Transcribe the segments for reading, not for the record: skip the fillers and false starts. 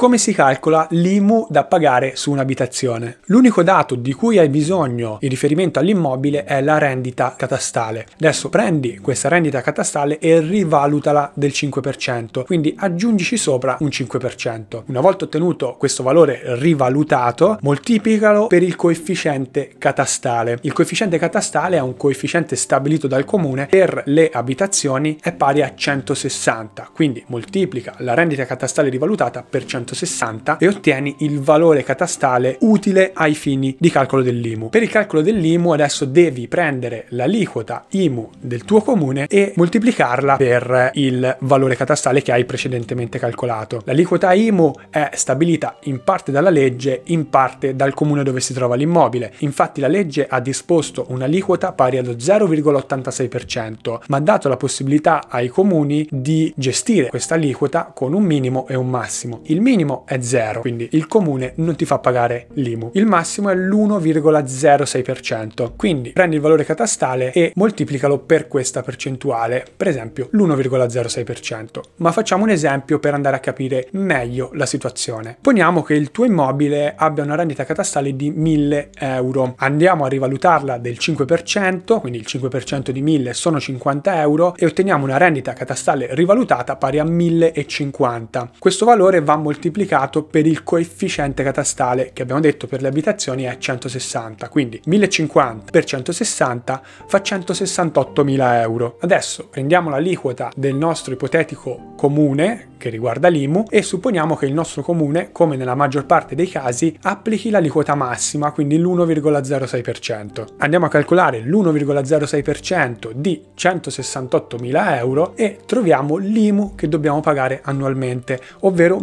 come si calcola l'IMU da pagare su un'abitazione. L'unico dato di cui hai bisogno in riferimento all'immobile è la rendita catastale. Adesso prendi questa rendita catastale e rivalutala del 5%, quindi aggiungici sopra un 5%. Una volta ottenuto questo valore rivalutato, moltiplicalo per il coefficiente catastale. Il coefficiente catastale è un coefficiente stabilito dal comune per le abitazioni, è pari a 160, quindi moltiplica la rendita catastale rivalutata per 160 e ottieni il valore catastale utile ai fini di calcolo dell'IMU. Per il calcolo dell'IMU adesso devi prendere l'aliquota IMU del tuo comune e moltiplicarla per il valore catastale che hai precedentemente calcolato. L'aliquota IMU è stabilita in parte dalla legge, in parte dal comune dove si trova l'immobile. Infatti la legge ha disposto un'aliquota pari allo 0,86%, ma ha dato la possibilità ai comuni di gestire questa aliquota con un minimo e un massimo. Il minimo è 0, quindi il comune non ti fa pagare l'IMU. Il massimo è l'1,06%, quindi prendi il valore catastale e moltiplicalo per questa percentuale, per esempio l'1,06%. Ma facciamo un esempio per andare a capire meglio la situazione. Poniamo che il tuo immobile abbia una rendita catastale di 1.000 euro. Andiamo a rivalutarla del 5%, quindi il 5% di 1.000 sono 50 euro e otteniamo una rendita catastale rivalutata pari a 1.050. Questo valore va moltiplicato per il coefficiente catastale che abbiamo detto per le abitazioni è 160, quindi 1.050 per 160 fa 168.000 euro. Adesso prendiamo l'aliquota del nostro ipotetico comune che riguarda l'IMU e supponiamo che il nostro comune, come nella maggior parte dei casi, applichi l'aliquota massima, quindi l'1,06%. Andiamo a calcolare l'1,06% di 168.000 euro e troviamo l'IMU che dobbiamo pagare annualmente, ovvero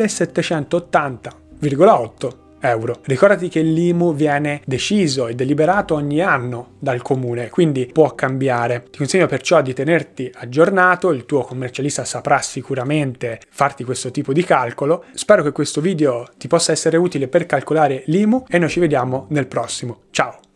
1.780,8 euro. Ricordati che l'IMU viene deciso e deliberato ogni anno dal comune, quindi può cambiare. Ti consiglio perciò di tenerti aggiornato, il tuo commercialista saprà sicuramente farti questo tipo di calcolo. Spero che questo video ti possa essere utile per calcolare l'IMU e noi ci vediamo nel prossimo. Ciao!